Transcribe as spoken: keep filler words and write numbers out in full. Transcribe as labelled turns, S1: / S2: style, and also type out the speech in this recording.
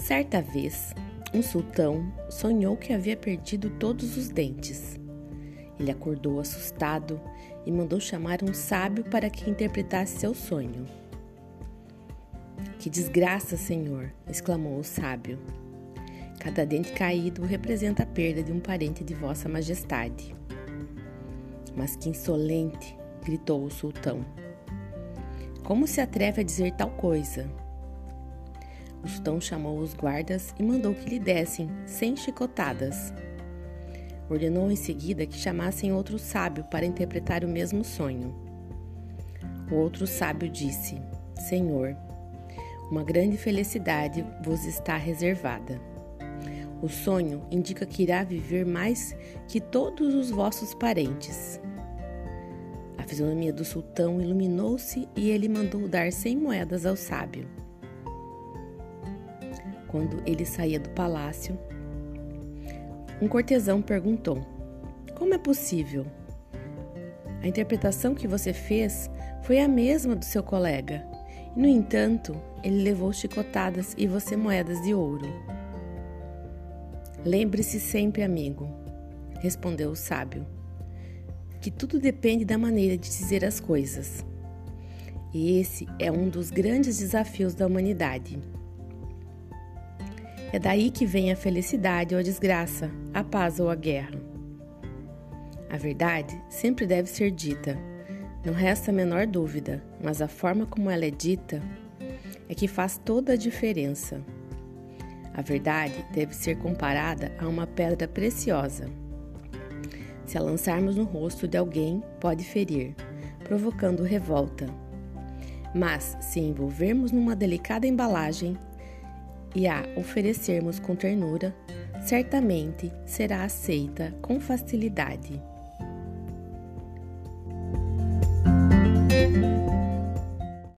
S1: Certa vez, um sultão sonhou que havia perdido todos os dentes. Ele acordou assustado e mandou chamar um sábio para que interpretasse seu sonho. "Que desgraça, senhor!" exclamou o sábio. "Cada dente caído representa a perda de um parente de vossa majestade." "Mas que insolente!" gritou o sultão. "Como se atreve a dizer tal coisa?" O sultão chamou os guardas e mandou que lhe dessem cem chicotadas. Ordenou em seguida que chamassem outro sábio para interpretar o mesmo sonho. O outro sábio disse: "Senhor, uma grande felicidade vos está reservada. O sonho indica que irá viver mais que todos os vossos parentes." A fisionomia do sultão iluminou-se e ele mandou dar cem moedas ao sábio. Quando ele saía do palácio, um cortesão perguntou: "Como é possível? A interpretação que você fez foi a mesma do seu colega. E, no entanto, ele levou chicotadas e você moedas de ouro." "Lembre-se sempre, amigo", respondeu o sábio, "que tudo depende da maneira de dizer as coisas. E esse é um dos grandes desafios da humanidade. É daí que vem a felicidade ou a desgraça, a paz ou a guerra. A verdade sempre deve ser dita, não resta a menor dúvida, mas a forma como ela é dita é que faz toda a diferença. A verdade deve ser comparada a uma pedra preciosa. Se a lançarmos no rosto de alguém, pode ferir, provocando revolta. Mas, se envolvermos numa delicada embalagem e a oferecermos com ternura, certamente será aceita com facilidade."